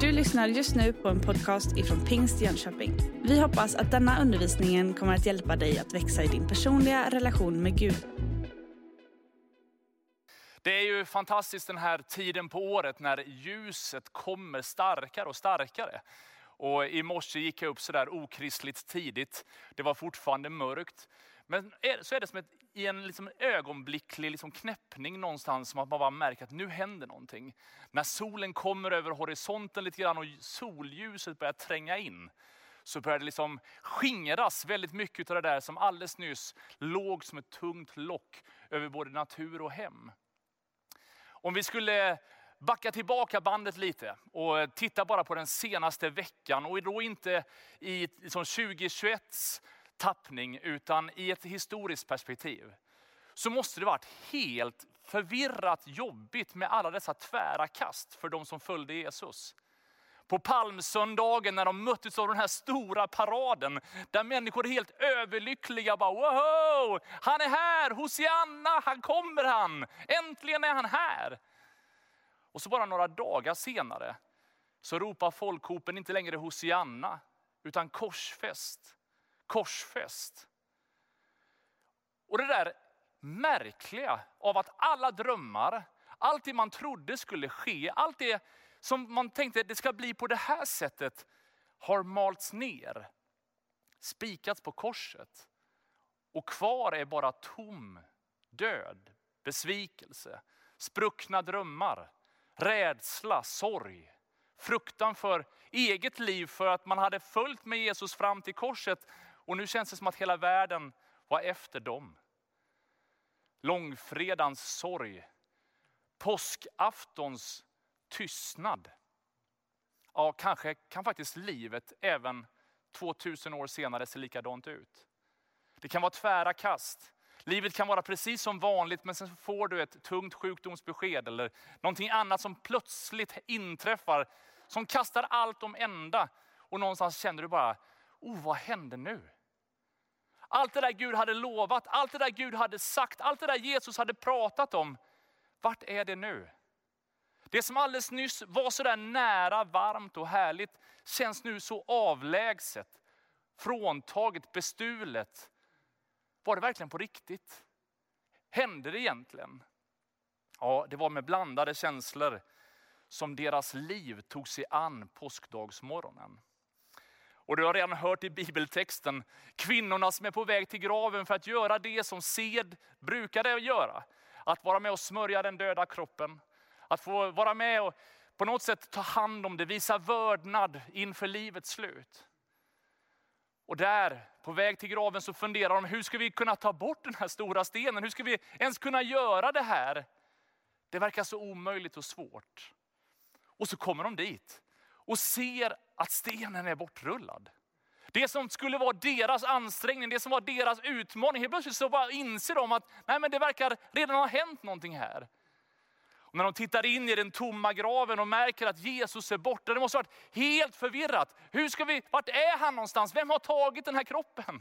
Du lyssnar just nu på en podcast ifrån Pingst Jönköping. Vi hoppas att denna undervisning kommer att hjälpa dig att växa i din personliga relation med Gud. Det är ju fantastiskt den här tiden på året när ljuset kommer starkare och starkare. Och i morse gick jag upp så där okristligt tidigt. Det var fortfarande mörkt. Men så är det som i en liksom ögonblicklig liksom knäppning någonstans som att man bara märker att nu händer någonting. När solen kommer över horisonten lite grann och solljuset börjar tränga in, så börjar det liksom skingras väldigt mycket av det där som alldeles nyss låg som ett tungt lock över både natur och hem. Om vi skulle backa tillbaka bandet lite och titta bara på den senaste veckan, och då inte i liksom 2021s tappning utan i ett historiskt perspektiv, så måste det varit helt förvirrat jobbigt med alla dessa tvära kast för de som följde Jesus. På palmsöndagen när de möttes av den här stora paraden där människor är helt överlyckliga, bara wow, han är här, Hosianna, han kommer han, äntligen är han här. Och så bara några dagar senare så ropar folkhopen inte längre Hosianna utan korsfäst. Korsfäst. Och det där märkliga av att alla drömmar, allt det man trodde skulle ske, allt det som man tänkte det ska bli på det här sättet, har malts ner, spikats på korset. Och kvar är bara tom död, besvikelse, spruckna drömmar, rädsla, sorg, fruktan för eget liv för att man hade följt med Jesus fram till korset. Och nu känns det som att hela världen var efter dem. Långfredans sorg. Påskaftons tystnad. Ja, kanske kan faktiskt livet även 2000 år senare se likadant ut. Det kan vara tvära kast. Livet kan vara precis som vanligt, men sen får du ett tungt sjukdomsbesked eller någonting annat som plötsligt inträffar. Som kastar allt om ända. Och någonstans känner du bara, vad hände nu? Allt det där Gud hade lovat, allt det där Gud hade sagt, allt det där Jesus hade pratat om. Vart är det nu? Det som alldeles nyss var så där nära, varmt och härligt känns nu så avlägset, fråntaget, bestulet. Var det verkligen på riktigt? Hände det egentligen? Ja, det var med blandade känslor som deras liv tog sig an påskdagsmorgonen. Och du har redan hört i bibeltexten kvinnorna som är på väg till graven för att göra det som sed brukade göra. Att vara med och smörja den döda kroppen. Att få vara med och på något sätt ta hand om det, visa vördnad inför livets slut. Och där på väg till graven så funderar de, hur ska vi kunna ta bort den här stora stenen? Hur ska vi ens kunna göra det här? Det verkar så omöjligt och svårt. Och så kommer de dit och ser att stenen är bortrullad. Det som skulle vara deras ansträngning, det som var deras utmaning. Helt plötsligt så bara inser de att nej, men det verkar redan ha hänt någonting här. Och när de tittar in i den tomma graven och märker att Jesus är borta, det måste ha varit helt förvirrat. Vart är han någonstans? Vem har tagit den här kroppen?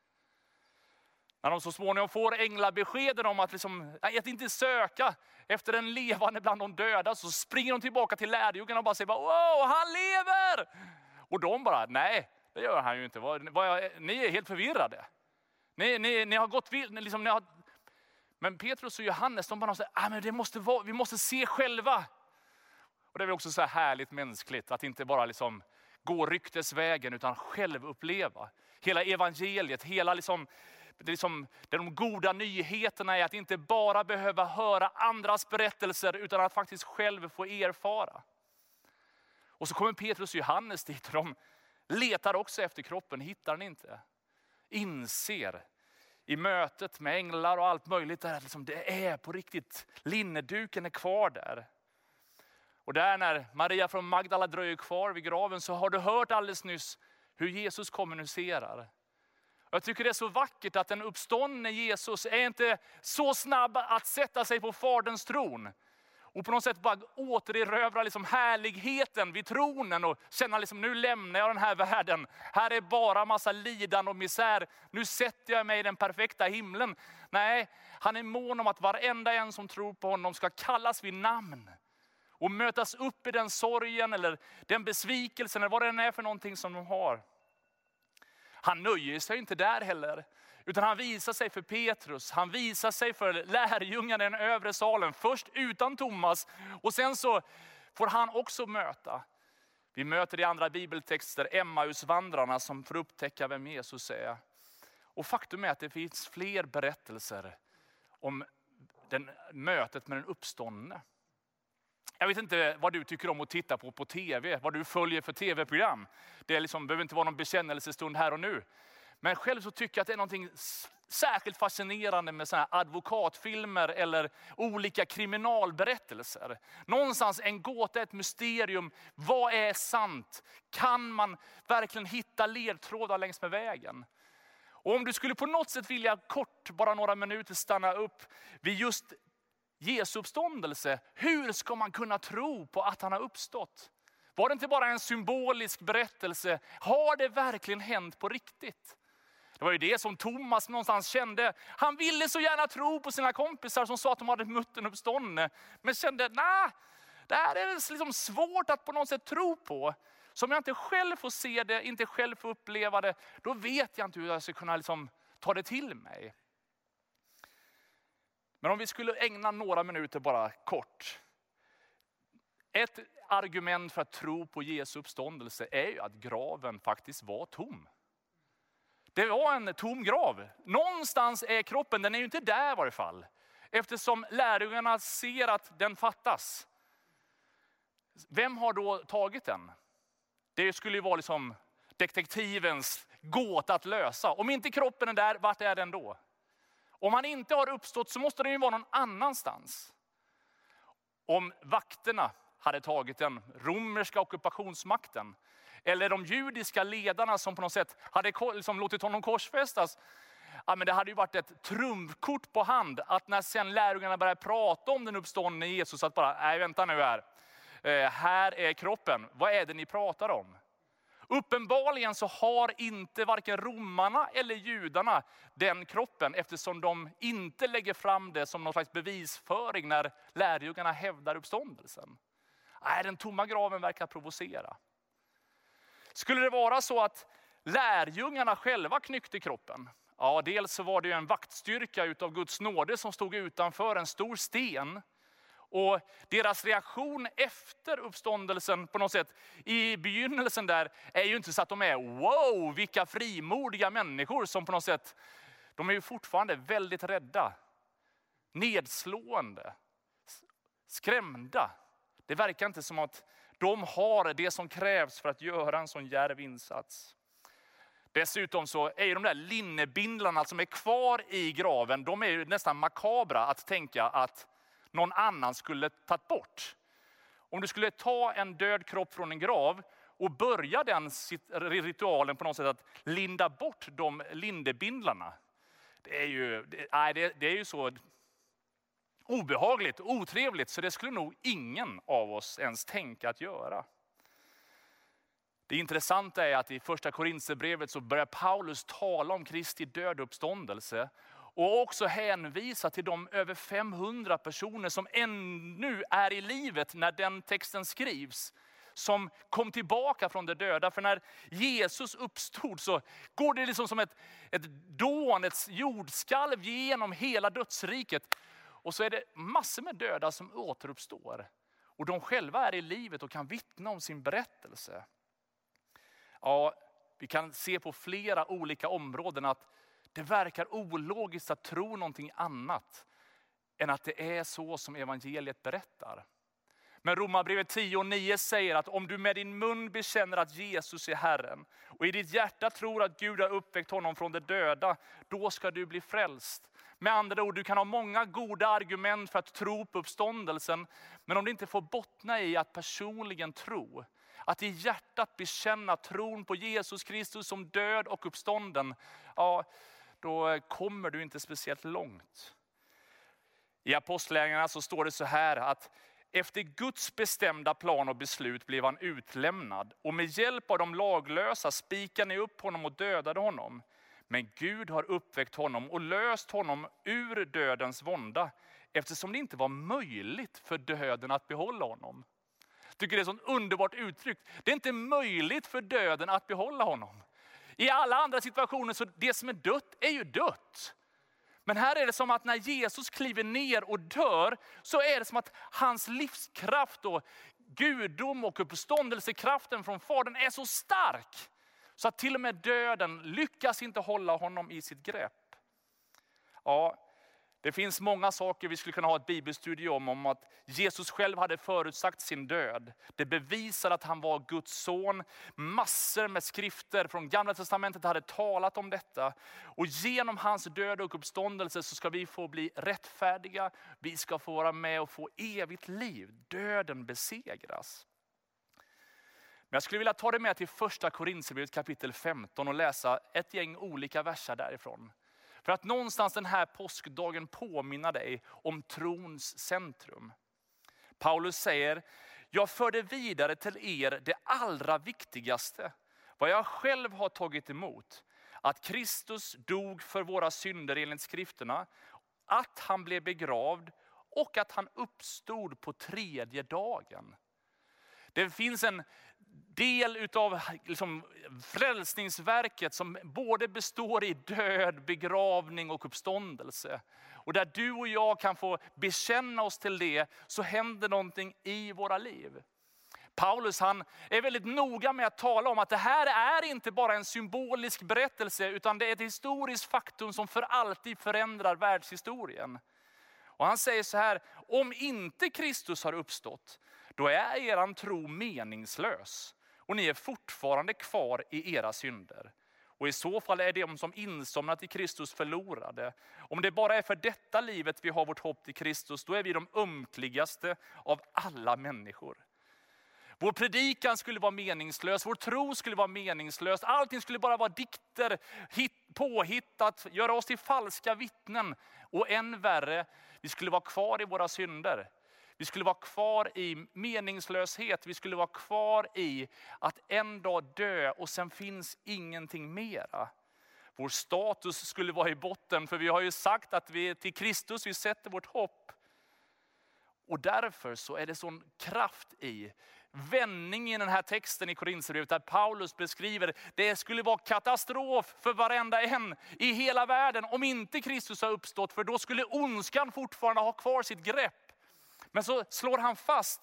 När de så småningom får änglabeskeden om att inte söka efter en levande bland de döda, så springer de tillbaka till lärjungarna och bara säger, wow, han lever! Och de bara, nej, det gör han ju inte. Ni är helt förvirrade. Ni har gått vill. Men Petrus och Johannes, de bara säger, men vi måste se själva. Och det är väl också så här härligt mänskligt att inte bara gå ryktesvägen utan själv uppleva. Hela evangeliet, de goda nyheterna är att inte bara behöva höra andras berättelser utan att faktiskt själv få erfara. Och så kommer Petrus och Johannes dit och de letar också efter kroppen, hittar den inte. Inser i mötet med änglar och allt möjligt där att det är på riktigt, linneduken är kvar där. Och där när Maria från Magdala dröjer kvar vid graven så har du hört alldeles nyss hur Jesus kommunicerar. Jag tycker det är så vackert att den uppståndne Jesus är inte så snabb att sätta sig på faderns tron. Och på något sätt bara återerövra härligheten vid tronen och känna nu lämnar jag den här världen. Här är bara massa lidande och misär. Nu sätter jag mig i den perfekta himlen. Nej, han är mån om att varenda en som tror på honom ska kallas vid namn. Och mötas upp i den sorgen eller den besvikelsen eller vad det än är för någonting som de har. Han nöjer sig inte där heller. Utan han visar sig för Petrus, han visar sig för lärjungarna i den övre salen. Först utan Thomas och sen så får han också möta. Vi möter i andra bibeltexter Emmausvandrarna som får upptäcka vem Jesus är. Och faktum är att det finns fler berättelser om mötet med den uppståndne. Jag vet inte vad du tycker om att titta på tv, vad du följer för tv-program. Det är behöver inte vara någon bekännelsestund här och nu. Men själv så tycker jag att det är någonting särskilt fascinerande med såna här advokatfilmer eller olika kriminalberättelser. Någonstans en gåta, ett mysterium. Vad är sant? Kan man verkligen hitta ledtrådar längs med vägen? Och om du skulle på något sätt vilja kort, bara några minuter stanna upp vid just Jesu uppståndelse. Hur ska man kunna tro på att han har uppstått? Var det inte bara en symbolisk berättelse? Har det verkligen hänt på riktigt? Det var ju det som Thomas någonstans kände. Han ville så gärna tro på sina kompisar som sa att de hade mött en uppståndne. Men kände, det här är svårt att på något sätt tro på. Så om jag inte själv får se det, inte själv får uppleva det, då vet jag inte hur jag ska kunna ta det till mig. Men om vi skulle ägna några minuter bara kort. Ett argument för att tro på Jesu uppståndelse är ju att graven faktiskt var tom. Det var en tom grav. Någonstans är kroppen, den är ju inte där i varje fall. Eftersom lärjungarna ser att den fattas. Vem har då tagit den? Det skulle ju vara detektivens gåta att lösa. Om inte kroppen är där, vart är den då? Om han inte har uppstått så måste den ju vara någon annanstans. Om vakterna hade tagit den romerska ockupationsmakten eller de judiska ledarna som på något sätt hade låtit honom korsfästas. Ja, men det hade ju varit ett trumfkort på hand att när sen lärjungarna började prata om den uppståndne Jesus att bara, nej vänta nu här. Här är kroppen. Vad är det ni pratar om? Uppenbarligen så har inte varken romarna eller judarna den kroppen eftersom de inte lägger fram det som någon slags bevisföring när lärjungarna hävdar uppståndelsen. Nej, den tomma graven verkar provocera. Skulle det vara så att lärjungarna själva knyckte kroppen? Ja, dels så var det ju en vaktstyrka utav Guds nåde som stod utanför en stor sten. Och deras reaktion efter uppståndelsen på något sätt i begynnelsen där är ju inte så att de är wow, vilka frimodiga människor som på något sätt, de är ju fortfarande väldigt rädda, nedslående, skrämda. Det verkar inte som att de har det som krävs för att göra en sån djärv insats. Dessutom så är ju de där linnebindlarna som är kvar i graven, de är ju nästan makabra att tänka att någon annan skulle tagit bort. Om du skulle ta en död kropp från en grav och börja den ritualen på något sätt att linda bort de lindebindlarna. Det är ju så obehagligt, otrevligt så det skulle nog ingen av oss ens tänka att göra. Det intressanta är att i första Korinthierbrevet så börjar Paulus tala om Kristi död och uppståndelse. Och också hänvisa till de över 500 personer som ännu är i livet när den texten skrivs. Som kom tillbaka från det döda. För när Jesus uppstod så går det som ett dån, ett jordskalv genom hela dödsriket. Och så är det massor med döda som återuppstår. Och de själva är i livet och kan vittna om sin berättelse. Ja, vi kan se på flera olika områden att det verkar ologiskt att tro någonting annat än att det är så som evangeliet berättar. Men Romarbrevet 10:9 säger att om du med din mun bekänner att Jesus är Herren och i ditt hjärta tror att Gud har uppväckt honom från de döda, då ska du bli frälst. Med andra ord, du kan ha många goda argument för att tro på uppståndelsen, men om du inte får bottna i att personligen tro, att i hjärtat bekänna tron på Jesus Kristus som död och uppstånden, ja, då kommer du inte speciellt långt. I apostlagärningarna så står det så här att efter Guds bestämda plan och beslut blev han utlämnad. Och med hjälp av de laglösa spikade ni upp honom och dödade honom. Men Gud har uppväckt honom och löst honom ur dödens vånda. eftersom det inte var möjligt för döden att behålla honom. Jag tycker det är ett sånt underbart uttryck. Det är inte möjligt för döden att behålla honom. I alla andra situationer så det som är dött är ju dött. Men här är det som att när Jesus kliver ner och dör så är det som att hans livskraft och gudom och uppståndelsekraften från Fadern är så stark. Så att till och med döden lyckas inte hålla honom i sitt grepp. Ja, det finns många saker vi skulle kunna ha ett bibelstudie om att Jesus själv hade förutsagt sin död. Det bevisar att han var Guds son. Massor med skrifter från Gamla testamentet hade talat om detta. Och genom hans död och uppståndelse så ska vi få bli rättfärdiga. Vi ska få vara med och få evigt liv. Döden besegras. Men jag skulle vilja ta det med till första Korinthierbrevet kapitel 15 och läsa ett gäng olika verser därifrån. För att någonstans den här påskdagen påminna dig om trons centrum. Paulus säger, jag förde vidare till er det allra viktigaste. Vad jag själv har tagit emot. Att Kristus dog för våra synder enligt skrifterna. Att han blev begravd och att han uppstod på 3:e dagen. Det finns en del utav frälsningsverket som både består i död, begravning och uppståndelse. Och där du och jag kan få bekänna oss till det så händer någonting i våra liv. Paulus han är väldigt noga med att tala om att det här är inte bara en symbolisk berättelse utan det är ett historiskt faktum som för alltid förändrar världshistorien. Och han säger så här, om inte Kristus har uppstått, då är eran tro meningslös. Och ni är fortfarande kvar i era synder. Och i så fall är de som insomnat i Kristus förlorade. Om det bara är för detta livet vi har vårt hopp i Kristus, då är vi de ömkligaste av alla människor. Vår predikan skulle vara meningslös, vår tro skulle vara meningslös. Allting skulle bara vara dikter, påhittat, göra oss till falska vittnen. Och än värre, vi skulle vara kvar i våra synder. Vi skulle vara kvar i meningslöshet. Vi skulle vara kvar i att en dag dö och sen finns ingenting mera. Vår status skulle vara i botten, för vi har ju sagt att vi till Kristus vi sätter vårt hopp. Och därför så är det sån kraft i vändning i den här texten i Korinthierbrevet där Paulus beskriver det skulle vara katastrof för varenda en i hela världen om inte Kristus har uppstått, för då skulle ondskan fortfarande ha kvar sitt grepp. Men så slår han fast,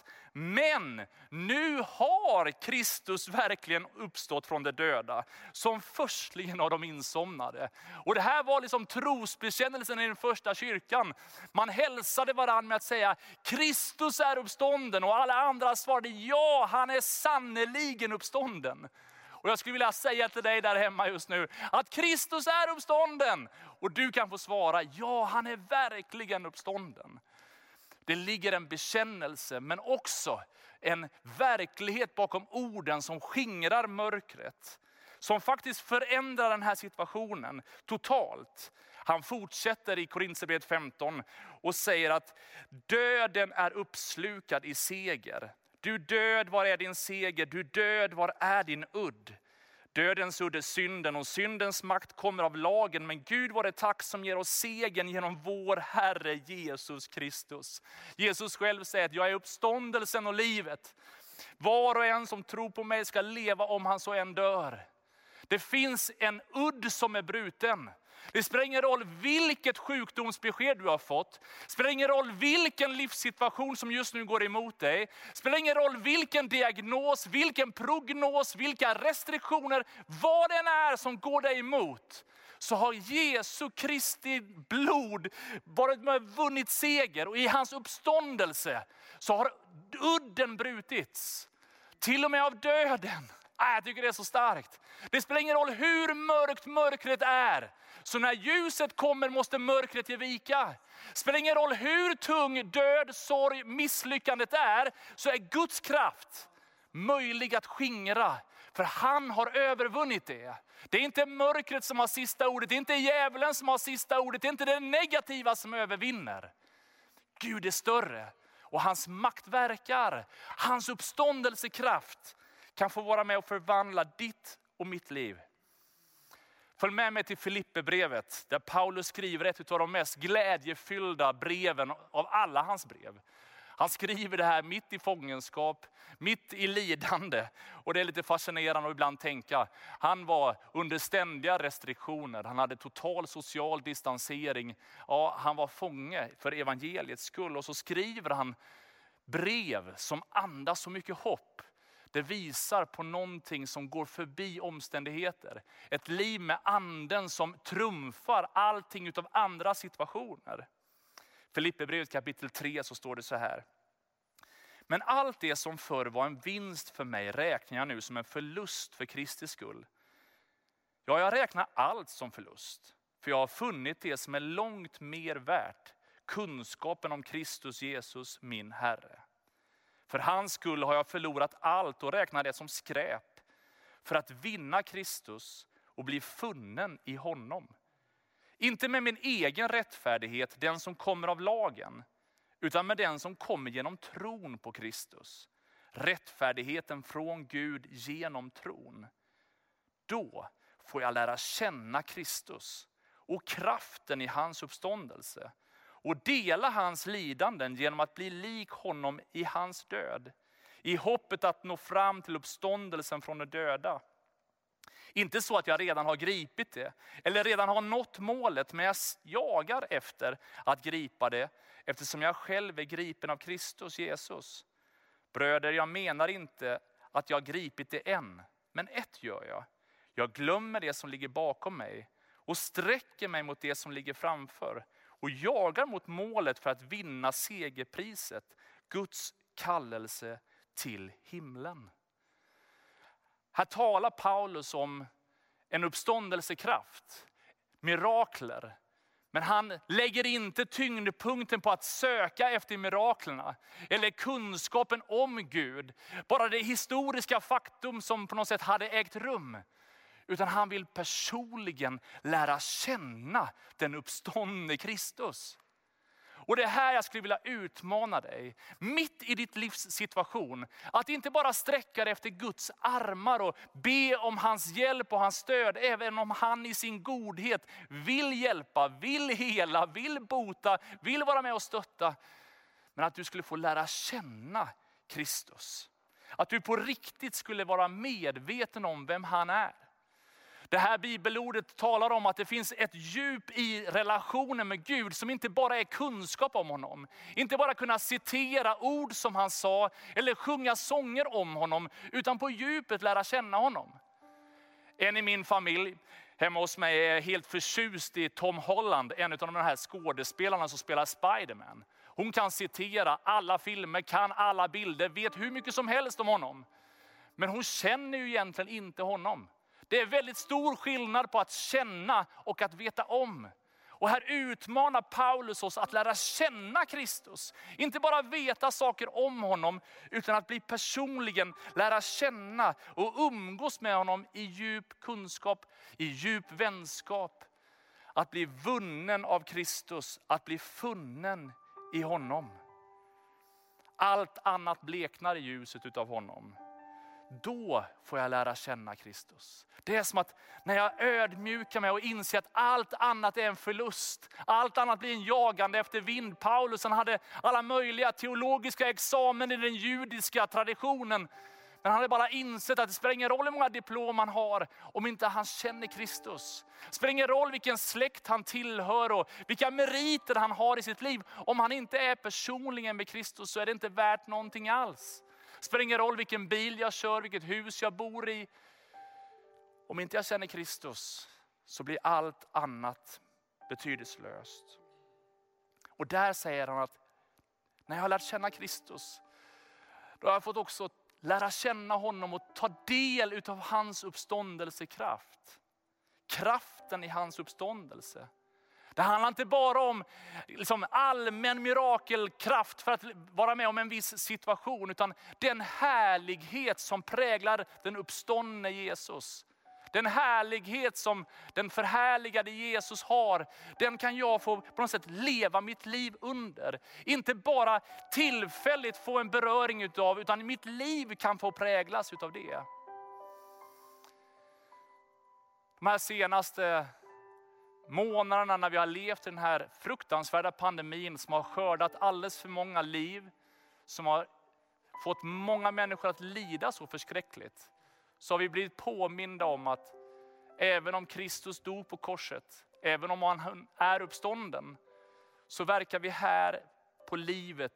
men nu har Kristus verkligen uppstått från de döda som förstligen av de insomnade. Och det här var liksom trosbekännelsen i den första kyrkan. Man hälsade varandra med att säga, Kristus är uppstånden, och alla andra svarade, ja, han är sannoliken uppstånden. Och jag skulle vilja säga till dig där hemma just nu att Kristus är uppstånden. Och du kan få svara, ja, han är verkligen uppstånden. Det ligger en bekännelse men också en verklighet bakom orden som skingrar mörkret. Som faktiskt förändrar den här situationen totalt. Han fortsätter i Korinthierbrevet 15 och säger att döden är uppslukad i seger. Du död, var är din seger? Du död, var är din udd? Dödens udd är synden och syndens makt kommer av lagen. Men Gud var det tack som ger oss segern genom vår Herre Jesus Kristus. Jesus själv säger att jag är uppståndelsen och livet. Var och en som tror på mig ska leva om han så än dör. Det finns en udd som är bruten. Det spelar ingen roll vilket sjukdomsbesked du har fått. Det spelar ingen roll vilken livssituation som just nu går emot dig. Det spelar ingen roll vilken diagnos, vilken prognos, vilka restriktioner. Vad det än är som går dig emot. Så har Jesu Kristi blod varit med vunnit seger. Och i hans uppståndelse så har udden brutits. Till och med av döden. Jag tycker det är så starkt. Det spelar ingen roll hur mörkt mörkret är. Så när ljuset kommer måste mörkret ge vika. Det spelar ingen roll hur tung död, sorg, misslyckandet är. Så är Guds kraft möjlig att skingra. För han har övervunnit det. Det är inte mörkret som har sista ordet. Det är inte djävulen som har sista ordet. Det är inte det negativa som övervinner. Gud är större. Och hans makt verkar. Hans uppståndelsekraft kan få vara med och förvandla ditt och mitt liv. Följ med mig till Filipperbrevet där Paulus skriver ett av de mest glädjefyllda breven av alla hans brev. Han skriver det här mitt i fångenskap, mitt i lidande. Och det är lite fascinerande att ibland tänka. Han var under ständiga restriktioner. Han hade total social distansering. Ja, han var fånge för evangeliets skull. Och så skriver han brev som andas så mycket hopp. Det visar på någonting som går förbi omständigheter. Ett liv med anden som trumfar allting utav andra situationer. Filipperbrevet kapitel 3 så står det så här. Men allt det som förr var en vinst för mig räknar jag nu som en förlust för Kristi skull. Ja, jag räknar allt som förlust. För jag har funnit det som är långt mer värt. Kunskapen om Kristus Jesus, min Herre. För hans skull har jag förlorat allt och räknar det som skräp. För att vinna Kristus och bli funnen i honom. Inte med min egen rättfärdighet, den som kommer av lagen. Utan med den som kommer genom tron på Kristus. Rättfärdigheten från Gud genom tron. Då får jag lära känna Kristus och kraften i hans uppståndelse. Och dela hans lidanden genom att bli lik honom i hans död. I hoppet att nå fram till uppståndelsen från de döda. Inte så att jag redan har gripit det. Eller redan har nått målet. Men jag jagar efter att gripa det. Eftersom jag själv är gripen av Kristus Jesus. Bröder, jag menar inte att jag har gripit det än. Men ett gör jag. Jag glömmer det som ligger bakom mig. Och sträcker mig mot det som ligger framför. Och jagar mot målet för att vinna segerpriset. Guds kallelse till himlen. Här talar Paulus om en uppståndelsekraft. Mirakler. Men han lägger inte tyngdpunkten på att söka efter miraklerna. Eller kunskapen om Gud. Bara det historiska faktum som på något sätt hade ägt rum. Utan han vill personligen lära känna den uppståndne Kristus. Och det är här jag skulle vilja utmana dig. Mitt i ditt livs situation. Att inte bara sträcka dig efter Guds armar och be om hans hjälp och hans stöd. Även om han i sin godhet vill hjälpa, vill hela, vill bota, vill vara med och stötta. Men att du skulle få lära känna Kristus. Att du på riktigt skulle vara medveten om vem han är. Det här bibelordet talar om att det finns ett djup i relationen med Gud som inte bara är kunskap om honom. Inte bara kunna citera ord som han sa eller sjunga sånger om honom, utan på djupet lära känna honom. En i min familj hemma hos mig är helt förtjust i Tom Holland, en av de här skådespelarna som spelar Spider-Man. Hon kan citera alla filmer, kan alla bilder, vet hur mycket som helst om honom. Men hon känner ju egentligen inte honom. Det är väldigt stor skillnad på att känna och att veta om. Och här utmanar Paulus oss att lära känna Kristus. Inte bara veta saker om honom, utan att bli personligen lära känna och umgås med honom i djup kunskap, i djup vänskap. Att bli vunnen av Kristus, att bli funnen i honom. Allt annat bleknar i ljuset utav honom. Då får jag lära känna Kristus. Det är som att när jag ödmjukar mig och inser att allt annat är en förlust. Allt annat blir en jagande efter vind. Paulus han hade alla möjliga teologiska examen i den judiska traditionen. Men han hade bara insett att det spelar ingen roll hur många diplom han har om inte han känner Kristus. Det spelar ingen roll vilken släkt han tillhör och vilka meriter han har i sitt liv. Om han inte är personligen med Kristus så är det inte värt någonting alls. Det spelar ingen roll vilken bil jag kör, vilket hus jag bor i. Om inte jag känner Kristus så blir allt annat betydelselöst. Och där säger han att när jag har lärt känna Kristus, då har jag fått också lära känna honom och ta del utav hans uppståndelsekraft. Kraften i hans uppståndelse. Det handlar inte bara om allmän mirakelkraft för att vara med om en viss situation. Utan den härlighet som präglar den uppståndne Jesus. Den härlighet som den förhärligade Jesus har. Den kan jag få på något sätt leva mitt liv under. Inte bara tillfälligt få en beröring utav. Utan mitt liv kan få präglas utav det. De här senaste månaderna när vi har levt i den här fruktansvärda pandemin som har skördat alldeles för många liv, som har fått många människor att lida så förskräckligt, så har vi blivit påminda om att även om Kristus dog på korset, även om han är uppstånden, så verkar vi här på livet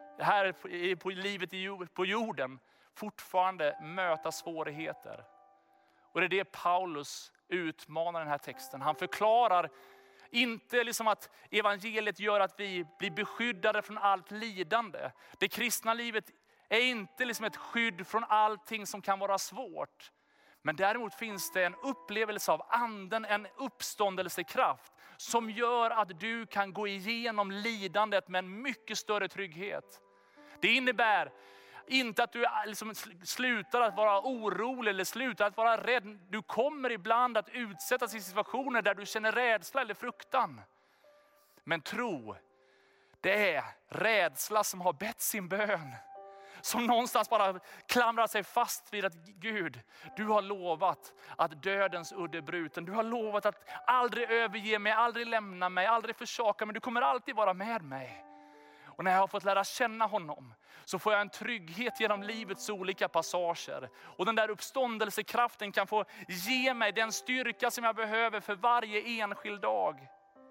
på jorden fortfarande möta svårigheter. Och det är det Paulus utmanar den här texten. Han förklarar inte liksom att evangeliet gör att vi blir beskyddade från allt lidande. Det kristna livet är inte liksom ett skydd från allting som kan vara svårt. Men däremot finns det en upplevelse av anden, en uppståndelsekraft som gör att du kan gå igenom lidandet med en mycket större trygghet. Det innebär inte att du liksom slutar att vara orolig eller slutar att vara rädd. Du kommer ibland att utsättas i situationer där du känner rädsla eller fruktan. Men tro, det är rädsla som har bett sin bön. Som någonstans bara klamrar sig fast vid att Gud, du har lovat att dödens udd är bruten. Du har lovat att aldrig överge mig, aldrig lämna mig, aldrig försaka mig. Du kommer alltid vara med mig. Och när jag har fått lära känna honom så får jag en trygghet genom livets olika passager. Och den där uppståndelsekraften kan få ge mig den styrka som jag behöver för varje enskild dag.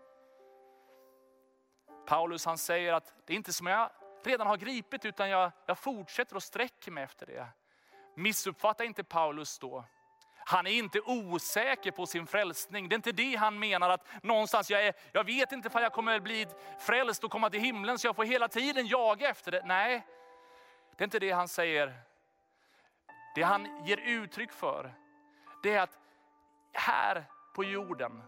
Paulus han säger att det är inte som jag redan har gripit, utan jag fortsätter och sträcker mig efter det. Missuppfatta inte Paulus då. Han är inte osäker på sin frälsning. Det är inte det han menar att någonstans jag vet inte om jag kommer bli frälst och komma till himlen så jag får hela tiden jaga efter det. Nej, det är inte det han säger. Det han ger uttryck för, det är att här på jorden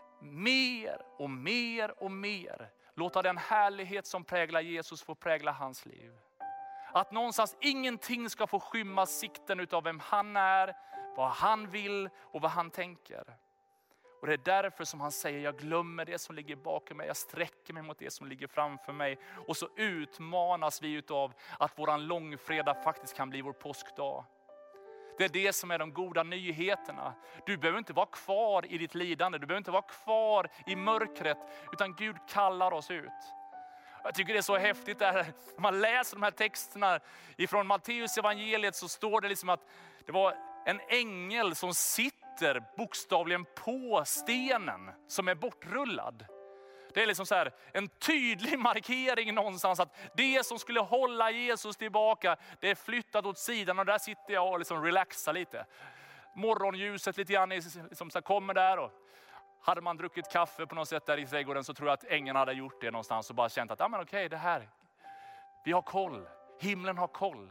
mer och mer och mer låta den härlighet som präglar Jesus få prägla hans liv. Att någonstans ingenting ska få skymma sikten utav vem han är, vad han vill och vad han tänker. Och det är därför som han säger, jag glömmer det som ligger bakom mig. Jag sträcker mig mot det som ligger framför mig. Och så utmanas vi utav att våran långfredag faktiskt kan bli vår påskdag. Det är det som är de goda nyheterna. Du behöver inte vara kvar i ditt lidande. Du behöver inte vara kvar i mörkret. Utan Gud kallar oss ut. Jag tycker det är så häftigt där. När man läser de här texterna ifrån Matteus evangeliet så står det liksom att det var en ängel som sitter bokstavligen på stenen som är bortrullad. Det är liksom så här en tydlig markering någonstans att det som skulle hålla Jesus tillbaka, det är flyttat åt sidan och där sitter jag och liksom relaxar lite. Morgonljuset lite grann liksom så kommer där och hade man druckit kaffe på något sätt där i trädgården så tror jag att ängeln hade gjort det någonstans och bara känt att men okej, det här, vi har koll. Himlen har koll.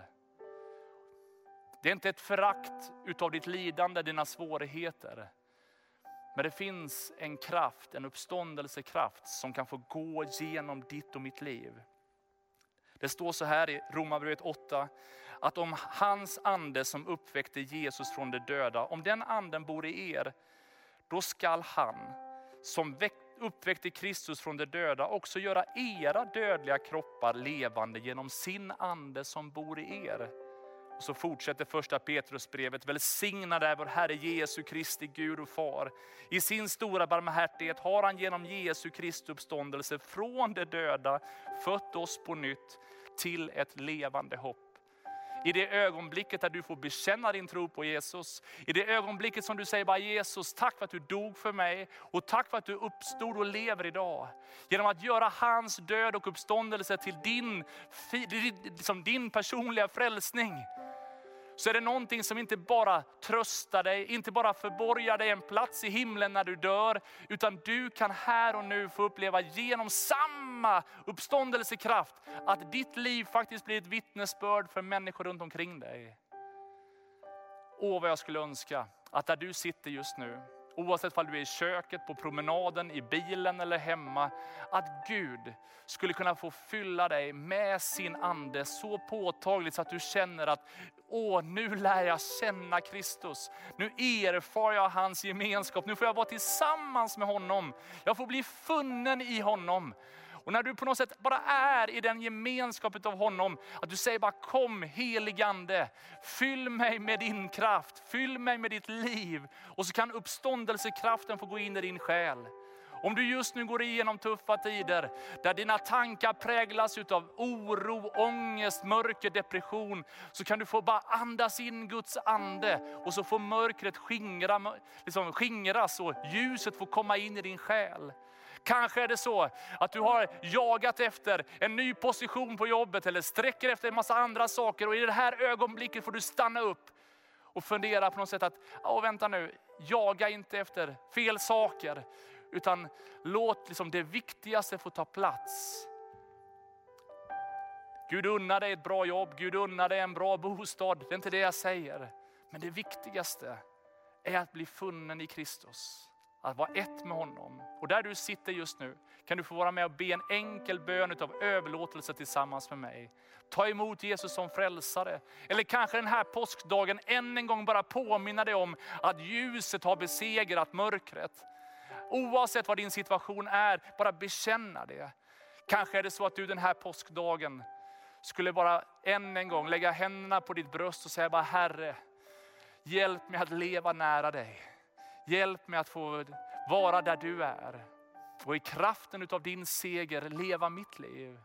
Det är inte ett förakt utav ditt lidande, dina svårigheter. Men det finns en kraft, en uppståndelsekraft som kan få gå igenom ditt och mitt liv. Det står så här i Romarbrevet 8 att om hans ande som uppväckte Jesus från de döda, om den anden bor i er, då skall han som uppväckte Kristus från de döda också göra era dödliga kroppar levande genom sin ande som bor i er. Och så fortsätter första Petrusbrevet. Välsignad är vår Herre Jesu Kristi Gud och Far. I sin stora barmhärtighet har han genom Jesu Kristi uppståndelse från de döda fött oss på nytt till ett levande hopp. I det ögonblicket där du får bekänna din tro på Jesus. I det ögonblicket som du säger bara Jesus, tack för att du dog för mig. Och tack för att du uppstod och lever idag. Genom att göra hans död och uppståndelse till din personliga frälsning. Så är det någonting som inte bara tröstar dig, inte bara förborgar dig en plats i himlen när du dör. Utan du kan här och nu få uppleva genom samma uppståndelsekraft att ditt liv faktiskt blir ett vittnesbörd för människor runt omkring dig. Vad jag skulle önska att där du sitter just nu, oavsett om du är i köket, på promenaden, i bilen eller hemma, att Gud skulle kunna få fylla dig med sin ande så påtagligt så att du känner att nu lär jag känna Kristus. Nu erfar jag hans gemenskap. Nu får jag vara tillsammans med honom. Jag får bli funnen i honom. Och när du på något sätt bara är i den gemenskapen av honom, att du säger bara kom heligande, fyll mig med din kraft, fyll mig med ditt liv. Och så kan uppståndelsekraften få gå in i din själ. Om du just nu går igenom tuffa tider, där dina tankar präglas av oro, ångest, mörker, depression, så kan du få bara andas in Guds ande och så får mörkret skingras och ljuset får komma in i din själ. Kanske är det så att du har jagat efter en ny position på jobbet eller sträcker efter en massa andra saker, och i det här ögonblicket får du stanna upp och fundera på något sätt att, vänta nu, jaga inte efter fel saker. Utan låt det viktigaste få ta plats. Gud unnar dig ett bra jobb. Gud unnar dig en bra bostad. Det är inte det jag säger. Men det viktigaste är att bli funnen i Kristus. Att vara ett med honom. Och där du sitter just nu kan du få vara med och be en enkel bön av överlåtelse tillsammans med mig. Ta emot Jesus som frälsare. Eller kanske den här påskdagen än en gång bara påminna dig om att ljuset har besegrat mörkret. Oavsett vad din situation är, bara bekänna det. Kanske är det så att du den här påskdagen skulle bara än en gång lägga händerna på ditt bröst och säga bara, Herre, hjälp mig att leva nära dig. Hjälp mig att få vara där du är. Och i kraften av din seger leva mitt liv.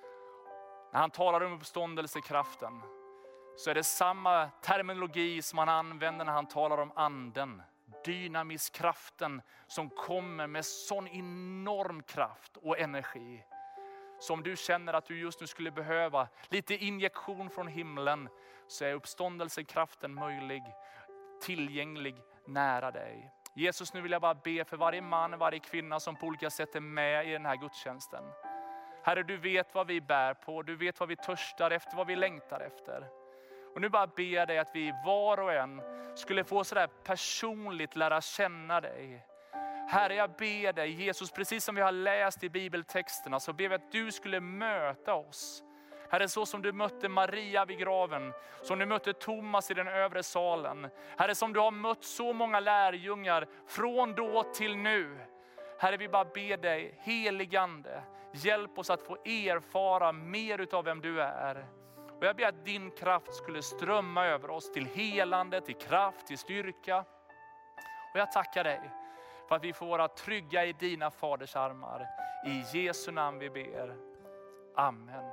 När han talar om uppståndelsekraften så är det samma terminologi som han använder när han talar om anden. Dynamiskraften som kommer med sån enorm kraft och energi. Som du känner att du just nu skulle behöva lite injektion från himlen, så är uppståndelsekraften möjlig, tillgänglig, nära dig. Jesus, nu vill jag bara be för varje man, varje kvinna som på olika sätt är med i den här gudstjänsten. Herre, du vet vad vi bär på, du vet vad vi törstar efter, vad vi längtar efter. Och nu bara ber jag dig att vi var och en skulle få så där personligt lära känna dig. Herre, jag ber dig Jesus, precis som vi har läst i bibeltexterna, så ber vi att du skulle möta oss. Herre, så som du mötte Maria vid graven, som du mötte Thomas i den övre salen. Herre, som du har mött så många lärjungar från då till nu. Herre, vi bara ber dig, heligande, hjälp oss att få erfara mer utav vem du är. Och jag ber att din kraft skulle strömma över oss till helande, till kraft, till styrka. Och jag tackar dig för att vi får vara trygga i dina faders armar. I Jesu namn vi ber. Amen.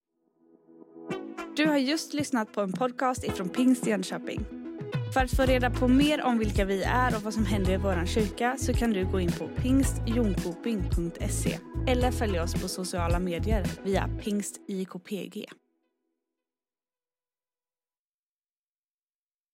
Du har just lyssnat på en podcast ifrån Pingst Jönköping. För att få reda på mer om vilka vi är och vad som händer i våran kyrka så kan du gå in på pingstjonkoping.se eller följa oss på sociala medier via pingstjkpg.